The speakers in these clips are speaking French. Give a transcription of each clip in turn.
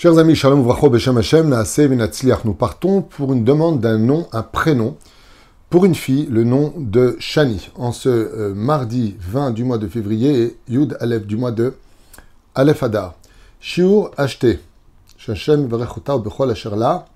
Chers amis, Shalom Vracho Beshem Hashem, Naaseh V'Natzliach, nous partons pour une demande d'un nom, un prénom, pour une fille, le nom de Shani, en ce mardi 20 du mois de février et Yud Aleph du mois de Aleph Adar. Shiur acheté, Shashem Verechota Bechol Asherla,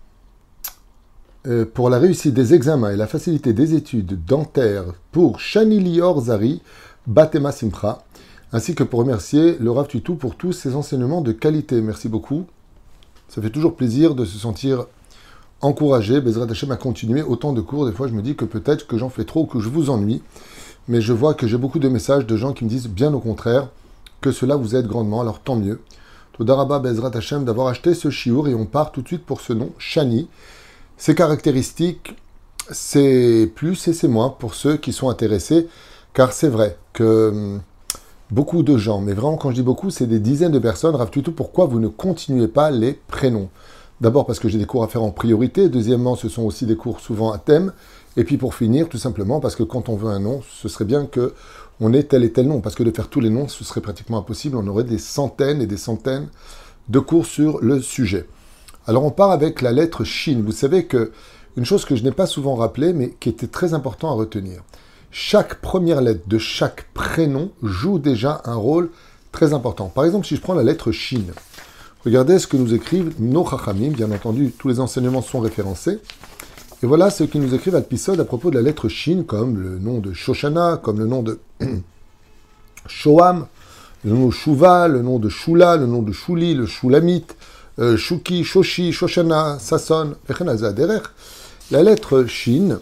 pour la réussite des examens et la facilité des études dentaires pour Shani Lior Zari, Batema Simcha, ainsi que pour remercier le Rav Tutu pour tous ses enseignements de qualité. Merci beaucoup. Ça fait toujours plaisir de se sentir encouragé, Bezrat Hashem, à continuer autant de cours. Des fois, je me dis que peut-être que j'en fais trop ou que je vous ennuie. Mais je vois que j'ai beaucoup de messages de gens qui me disent bien au contraire que cela vous aide grandement. Alors tant mieux. Todarabah Bezrat Hashem d'avoir acheté ce shiur et on part tout de suite pour ce nom, Shani. Ses caractéristiques, c'est plus et c'est moins pour ceux qui sont intéressés, car c'est vrai que beaucoup de gens, mais vraiment quand je dis beaucoup, c'est des dizaines de personnes. Rav Tutu, pourquoi vous ne continuez pas les prénoms? D'abord parce que j'ai des cours à faire en priorité. Deuxièmement, ce sont aussi des cours souvent à thème. Et puis pour finir, tout simplement parce que quand on veut un nom, ce serait bien qu'on ait tel et tel nom. Parce que de faire tous les noms, ce serait pratiquement impossible. On aurait des centaines et des centaines de cours sur le sujet. Alors on part avec la lettre Shin. Vous savez que une chose que je n'ai pas souvent rappelée, mais qui était très important à retenir. Chaque première lettre de chaque prénom joue déjà un rôle très important. Par exemple, si je prends la lettre Shin, regardez ce que nous écrivent nos Chachamim. Bien entendu, tous les enseignements sont référencés. Et voilà ce qu'ils nous écrivent à l'épisode à propos de la lettre Shin, comme le nom de Shoshana, comme le nom de Shoam, le nom de Shuva, le nom de Shula, le nom de Shuli, le Shulamit, Shuki, Shoshi, Shoshana, Sasson, Derech. La lettre Shin,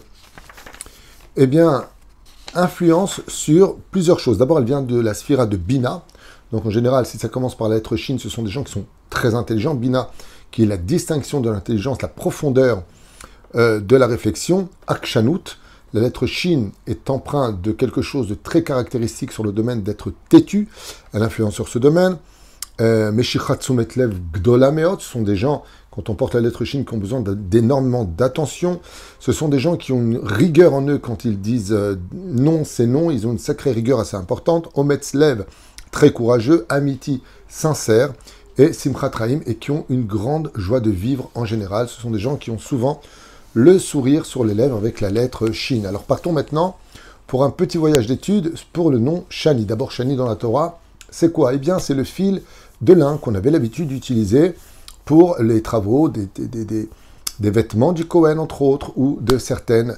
eh bien, influence sur plusieurs choses. D'abord, elle vient de la sphira de Bina. Donc, en général, si ça commence par la lettre Shin, ce sont des gens qui sont très intelligents. Bina, qui est la distinction de l'intelligence, la profondeur de la réflexion. Akshanut, la lettre Shin est empreinte de quelque chose de très caractéristique sur le domaine d'être têtu. Elle influence sur ce domaine. Meshichat Tzumet Lev Gdola Meot, ce sont des gens, quand on porte la lettre Shin, qui ont besoin d'énormément d'attention. Ce sont des gens qui ont une rigueur en eux quand ils disent non, c'est non. Ils ont une sacrée rigueur assez importante. Ometz Lev, très courageux. Amiti, sincère. Et Simchat Raim, et qui ont une grande joie de vivre en général. Ce sont des gens qui ont souvent le sourire sur les lèvres avec la lettre Shin. Alors partons maintenant pour un petit voyage d'études pour le nom Shani. D'abord, Shani dans la Torah, c'est quoi? Eh bien, c'est le fil de lin qu'on avait l'habitude d'utiliser pour les travaux des vêtements du Kohen, entre autres, ou de certains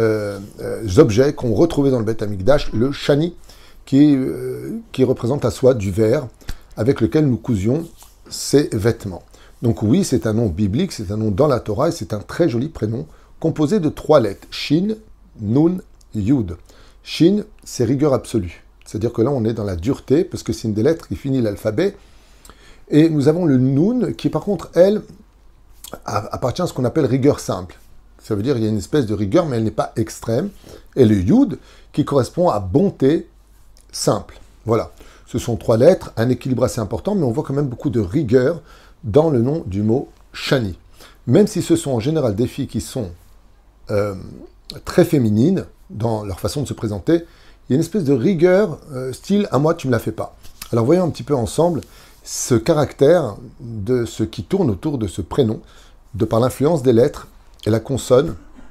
objets qu'on retrouvait dans le Beth Amikdash, le Shani, qui représente la soie du verre avec lequel nous cousions ces vêtements. Donc oui, c'est un nom biblique, c'est un nom dans la Torah, et c'est un très joli prénom, composé de 3 lettres, Shin, Nun, Yud. Shin, c'est rigueur absolue. C'est-à-dire que là, on est dans la dureté, parce que c'est une des lettres qui finit l'alphabet. Et nous avons le Nun, qui par contre, elle, appartient à ce qu'on appelle rigueur simple. Ça veut dire qu'il y a une espèce de rigueur, mais elle n'est pas extrême. Et le Yud, qui correspond à bonté simple. Voilà. Ce sont 3 lettres, un équilibre assez important, mais on voit quand même beaucoup de rigueur dans le nom du mot Shani. Même si ce sont en général des filles qui sont très féminines dans leur façon de se présenter, il y a une espèce de rigueur, style « à moi, tu ne me la fais pas ». Alors voyons un petit peu ensemble ce caractère de ce qui tourne autour de ce prénom, de par l'influence des lettres et la consonne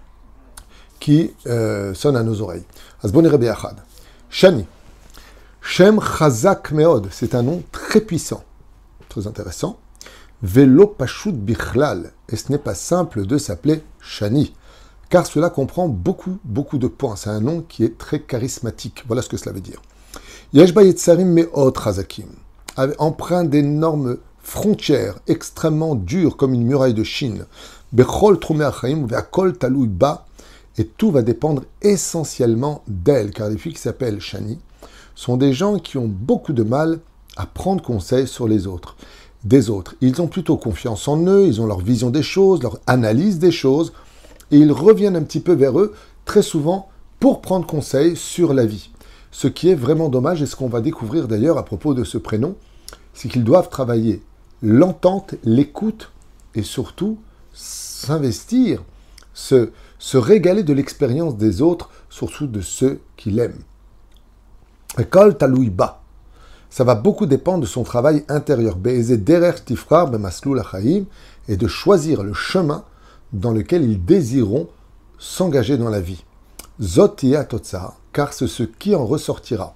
qui sonne à nos oreilles. Asboni Rebbe Achad. Shani. Shem Chazak Meod, c'est un nom très puissant, très intéressant. Velo Pashut Bichlal, et ce n'est pas simple de s'appeler Shani, car cela comprend beaucoup de points. C'est un nom qui est très charismatique. Voilà ce que cela veut dire. Yesh ba Yetzarim Meod Chazakim, empreint d'énormes frontières extrêmement dures comme une muraille de Chine. Bechol Trumei Achaim ve'akol talui ba, et tout va dépendre essentiellement d'elle, car les filles qui s'appellent Shani sont des gens qui ont beaucoup de mal à prendre conseil sur les autres, des autres. Ils ont plutôt confiance en eux, ils ont leur vision des choses, leur analyse des choses, et ils reviennent un petit peu vers eux, très souvent, pour prendre conseil sur la vie. Ce qui est vraiment dommage, et ce qu'on va découvrir d'ailleurs à propos de ce prénom, c'est qu'ils doivent travailler l'entente, l'écoute, et surtout s'investir, se régaler de l'expérience des autres, surtout de ceux qui l'aiment. Ekol Taloui Ba. Ça va beaucoup dépendre de son travail intérieur. Be'ezeh derer tifrar b'maslul hachaim, et de choisir le chemin dans lequel ils désireront s'engager dans la vie. Zot atotsa, car c'est ce qui en ressortira.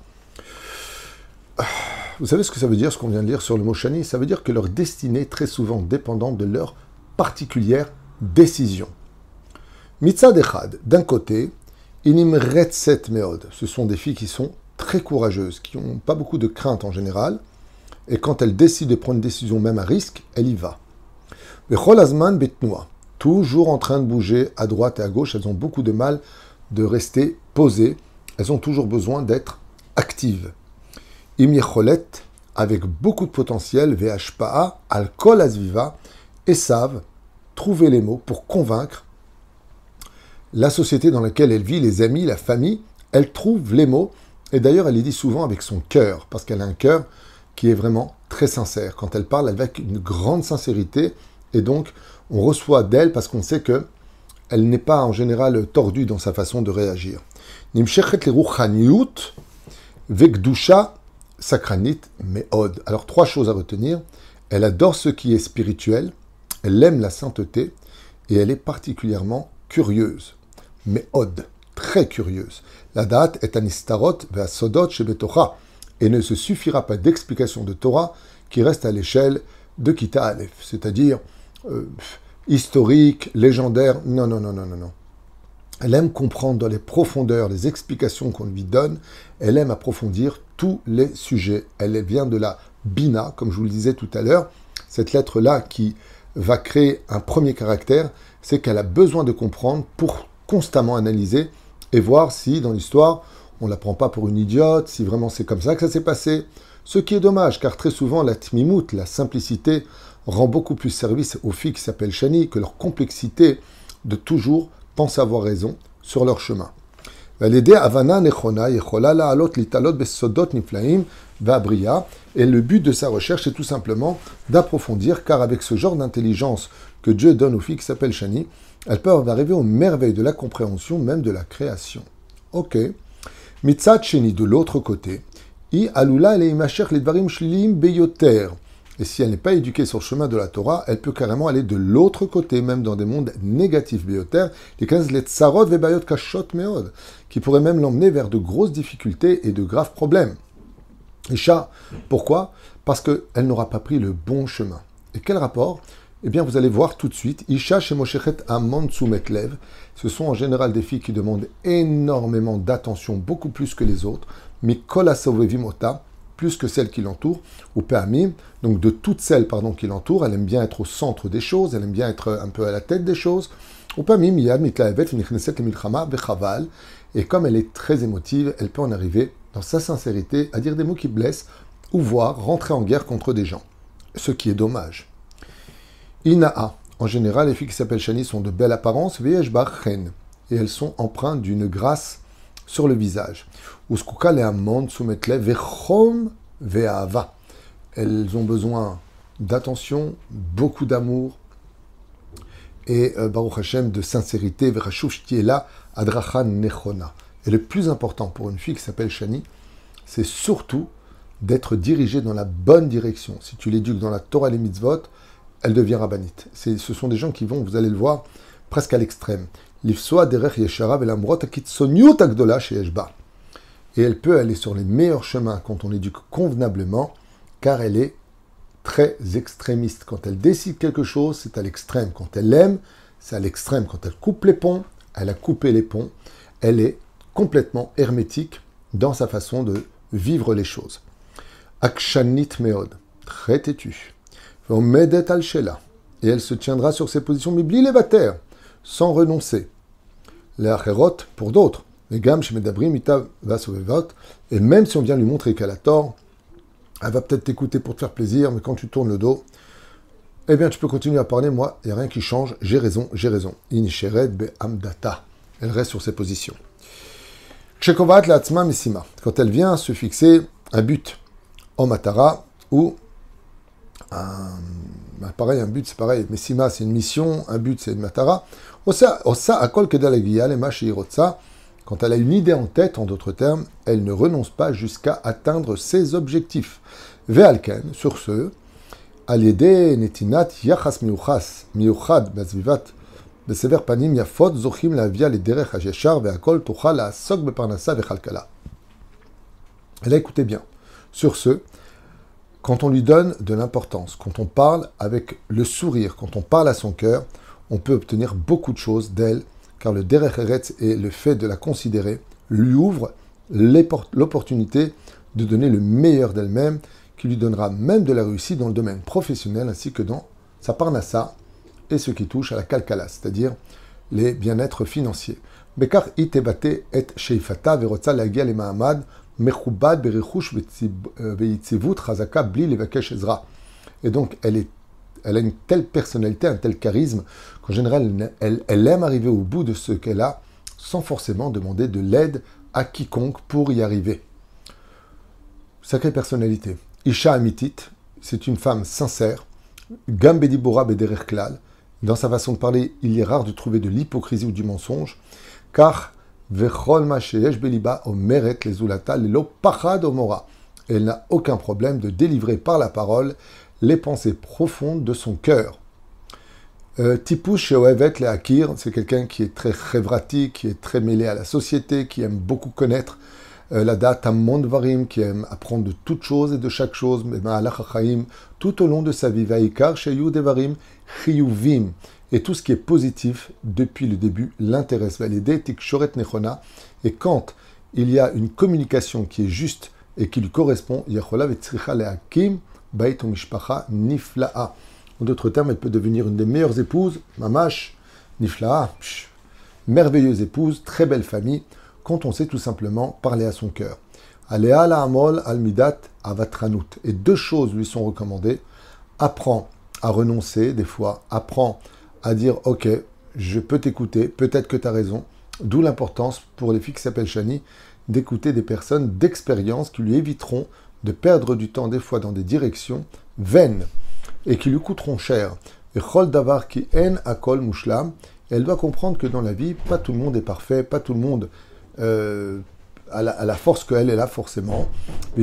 Vous savez ce que ça veut dire, ce qu'on vient de lire sur le mot shani? Ça veut dire que leur destinée est très souvent dépendante de leur particulière décision. Mitzad echad, d'un côté, inim retzet meod, ce sont des filles qui sont très courageuses, qui n'ont pas beaucoup de crainte en général, et quand elles décident de prendre une décision même à risque, elle y va. Bechol azman betnoua, toujours en train de bouger à droite et à gauche, elles ont beaucoup de mal de rester posées, elles ont toujours besoin d'être actives. Im yecholet, avec beaucoup de potentiel, vhpa'a, al kol azviva, et savent trouver les mots pour convaincre la société dans laquelle elle vit, les amis, la famille. Elle trouve les mots, et d'ailleurs elle les dit souvent avec son cœur, parce qu'elle a un cœur qui est vraiment très sincère. Quand elle parle avec une grande sincérité, et donc on reçoit d'elle parce qu'on sait que elle n'est pas en général tordue dans sa façon de réagir. Nimshechet leruchaniut vekdusha sakranit meod. Alors 3 choses à retenir. Elle adore ce qui est spirituel, elle aime la sainteté, et elle est particulièrement curieuse. Meod, très curieuse. La date est anistarot ve'asodot shebetocha, et ne se suffira pas d'explication de Torah qui reste à l'échelle de Kita Aleph, c'est-à-dire historique, légendaire. Non. Elle aime comprendre dans les profondeurs les explications qu'on lui donne. Elle aime approfondir tous les sujets. Elle vient de la Bina, comme je vous le disais tout à l'heure. Cette lettre-là qui va créer un premier caractère, c'est qu'elle a besoin de comprendre pour constamment analyser et voir si, dans l'histoire, on ne la prend pas pour une idiote, si vraiment c'est comme ça que ça s'est passé. Ce qui est dommage, car très souvent, la tmimout, la simplicité, rend beaucoup plus service aux filles qui s'appellent Shani que leur complexité de toujours penser avoir raison sur leur chemin. Et le but de sa recherche, c'est tout simplement d'approfondir, car avec ce genre d'intelligence que Dieu donne aux filles qui s'appellent Shani, elles peuvent arriver aux merveilles de la compréhension, même de la création. Ok. Mitzat Sheni, de l'autre côté, I alula leimacher ledvarim shlilim beyoter. Et si elle n'est pas éduquée sur le chemin de la Torah, elle peut carrément aller de l'autre côté, même dans des mondes négatifs beyoter, les 15 let sarot vebayot kashot meod, qui pourraient même l'emmener vers de grosses difficultés et de graves problèmes. Isha, pourquoi? Parce qu'elle n'aura pas pris le bon chemin. Et quel rapport? Eh bien, vous allez voir tout de suite. Isha shemoshechet amon tzumet lev. Ce sont en général des filles qui demandent énormément d'attention, beaucoup plus que les autres. Mikol asovevimota, plus que celles qui l'entourent. Ou pe'amim, donc de toutes celles qui l'entourent. Elle aime bien être au centre des choses. Elle aime bien être un peu à la tête des choses. Ou pe'amim yad mitlaevet v'nichneset lemilchama vechaval. Et comme elle est très émotive, elle peut en arriver, dans sa sincérité, à dire des mots qui blessent ou voire rentrer en guerre contre des gens. Ce qui est dommage. Ina'a. En général, les filles qui s'appellent Shani sont de belle apparence, ve'eshbachen, et elles sont empreintes d'une grâce sur le visage. Uskuka le'amon tzumetle ve'chom ve'ava. Elles ont besoin d'attention, beaucoup d'amour, et Baruch Hashem, de sincérité, ve'chashuv shtiela adracha nechona. Et le plus important pour une fille qui s'appelle Shani, c'est surtout d'être dirigée dans la bonne direction. Si tu l'éduques dans la Torah et les mitzvot, elle devient rabbinite. Ce sont des gens qui vont, vous allez le voir, presque à l'extrême. L'ifsoa derech yeshara velamrot akitsoniut agdola sheyeshba. Et elle peut aller sur les meilleurs chemins quand on l'éduque convenablement, car elle est très extrémiste. Quand elle décide quelque chose, c'est à l'extrême. Quand elle aime, c'est à l'extrême. Quand elle coupe les ponts, elle a coupé les ponts. Elle est complètement hermétique dans sa façon de vivre les choses. Akshanit meod, très têtue. Omedet al shela, et elle se tiendra sur ses positions mibli levater, sans renoncer. Les acherot, pour d'autres, les gam shemedabrim ita vasovevot, et même si on vient lui montrer qu'elle a tort, elle va peut-être t'écouter pour te faire plaisir, mais quand tu tournes le dos, eh bien tu peux continuer à parler, moi, il n'y a rien qui change, j'ai raison. Inisheret be'amdata, elle reste sur ses positions. Kshekovat la'atzma messima, quand elle vient se fixer un but, en matara, ou pareil, un but c'est pareil, messima c'est une mission, un but c'est une matara. Osa akol kedalagia lema sheirotsa, Quand elle a une idée en tête, en d'autres termes, elle ne renonce pas jusqu'à atteindre ses objectifs. Ve'alken, sur ce, al-yedei netinat yachas miuchad bezvivat besever panim yafot zochim lavia lederech hasheshar ve'akol tochal la'asok beparnasa ve'chalkala. Et là, écoutez bien. Sur ce, quand on lui donne de l'importance, quand on parle avec le sourire, quand on parle à son cœur, on peut obtenir beaucoup de choses d'elle, car le derech eretz et le fait de la considérer lui ouvre l'opportunité de donner le meilleur d'elle-même, qui lui donnera même de la réussite dans le domaine professionnel ainsi que dans sa parnassa et ce qui touche à la kalkala, c'est-à-dire les bien-être financiers. Bekar itebate et sheifata verotza lagia le mahamad mechubad berichush veitzivut chazaka bli levakesh ezra. Et donc elle a une telle personnalité, un tel charisme qu'en général elle aime arriver au bout de ce qu'elle a sans forcément demander de l'aide à quiconque pour y arriver. Sacrée personnalité. Isha Amitit, c'est une femme sincère. Gam bedibora bederech klal. Dans sa façon de parler, il est rare de trouver de l'hypocrisie ou du mensonge, car vechol ma sheyesh beliba omeret lezulata lelo pachad omora. Elle n'a aucun problème de délivrer par la parole les pensées profondes de son cœur. Tipush sheohevet leakir, c'est quelqu'un qui est très chevratique, qui est très mêlé à la société, qui aime beaucoup connaître la date Hammon Dvarim, qui aime apprendre de toutes choses et de chaque chose, tout au long de sa vie, Vaikar Sheyu Devarim Chiyuvim, et tout ce qui est positif depuis le début l'intéresse. Validé Tikshoret Nechona, et quand il y a une communication qui est juste et qui lui correspond, Yachola Vetzricha Leakim Bait Mishpacha Nifla'a. En d'autres termes, elle peut devenir une des meilleures épouses, Mamash Nifla'a, merveilleuse épouse, très belle famille, quand on sait tout simplement parler à son cœur. Alea la amol almidat avatranut. Et deux choses lui sont recommandées. Apprends à renoncer des fois. Apprends à dire « Ok, je peux t'écouter, peut-être que tu as raison ». D'où l'importance pour les filles qui s'appellent Shani d'écouter des personnes d'expérience qui lui éviteront de perdre du temps des fois dans des directions vaines et qui lui coûteront cher. Et chol davar ki en akol mushlam. Elle doit comprendre que dans la vie, pas tout le monde est parfait, pas tout le monde à la force qu'elle est là forcément. Et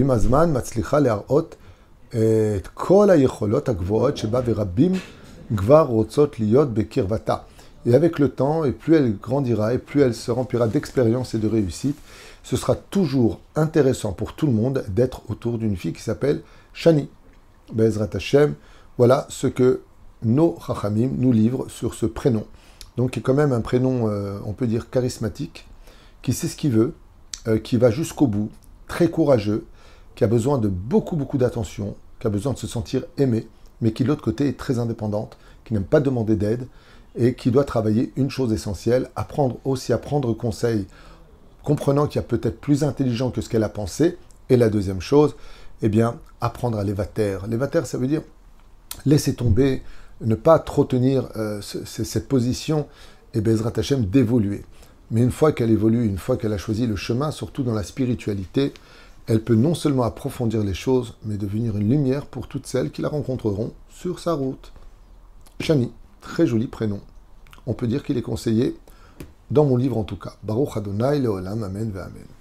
avec le temps, et plus elle grandira, et plus elle se remplira d'expérience et de réussite, ce sera toujours intéressant pour tout le monde d'être autour d'une fille qui s'appelle Shani. Be'ezrat Hashem, voilà ce que nos Chachamim nous livrent sur ce prénom. Donc, qui est quand même un prénom, on peut dire, charismatique, qui sait ce qu'il veut, qui va jusqu'au bout, très courageux, qui a besoin de beaucoup d'attention, qui a besoin de se sentir aimé, mais qui de l'autre côté est très indépendante, qui n'aime pas demander d'aide, et qui doit travailler une chose essentielle, apprendre aussi à prendre conseil, comprenant qu'il y a peut-être plus intelligent que ce qu'elle a pensé, et la deuxième chose, eh bien, apprendre à l'évater. L'évater, ça veut dire laisser tomber, ne pas trop tenir cette position, et Bezrat Hashem d'évoluer. Mais une fois qu'elle évolue, une fois qu'elle a choisi le chemin, surtout dans la spiritualité, elle peut non seulement approfondir les choses, mais devenir une lumière pour toutes celles qui la rencontreront sur sa route. Shani, très joli prénom. On peut dire qu'il est conseillé, dans mon livre en tout cas. Baruch Adonai Leolam, Amen ve Amen.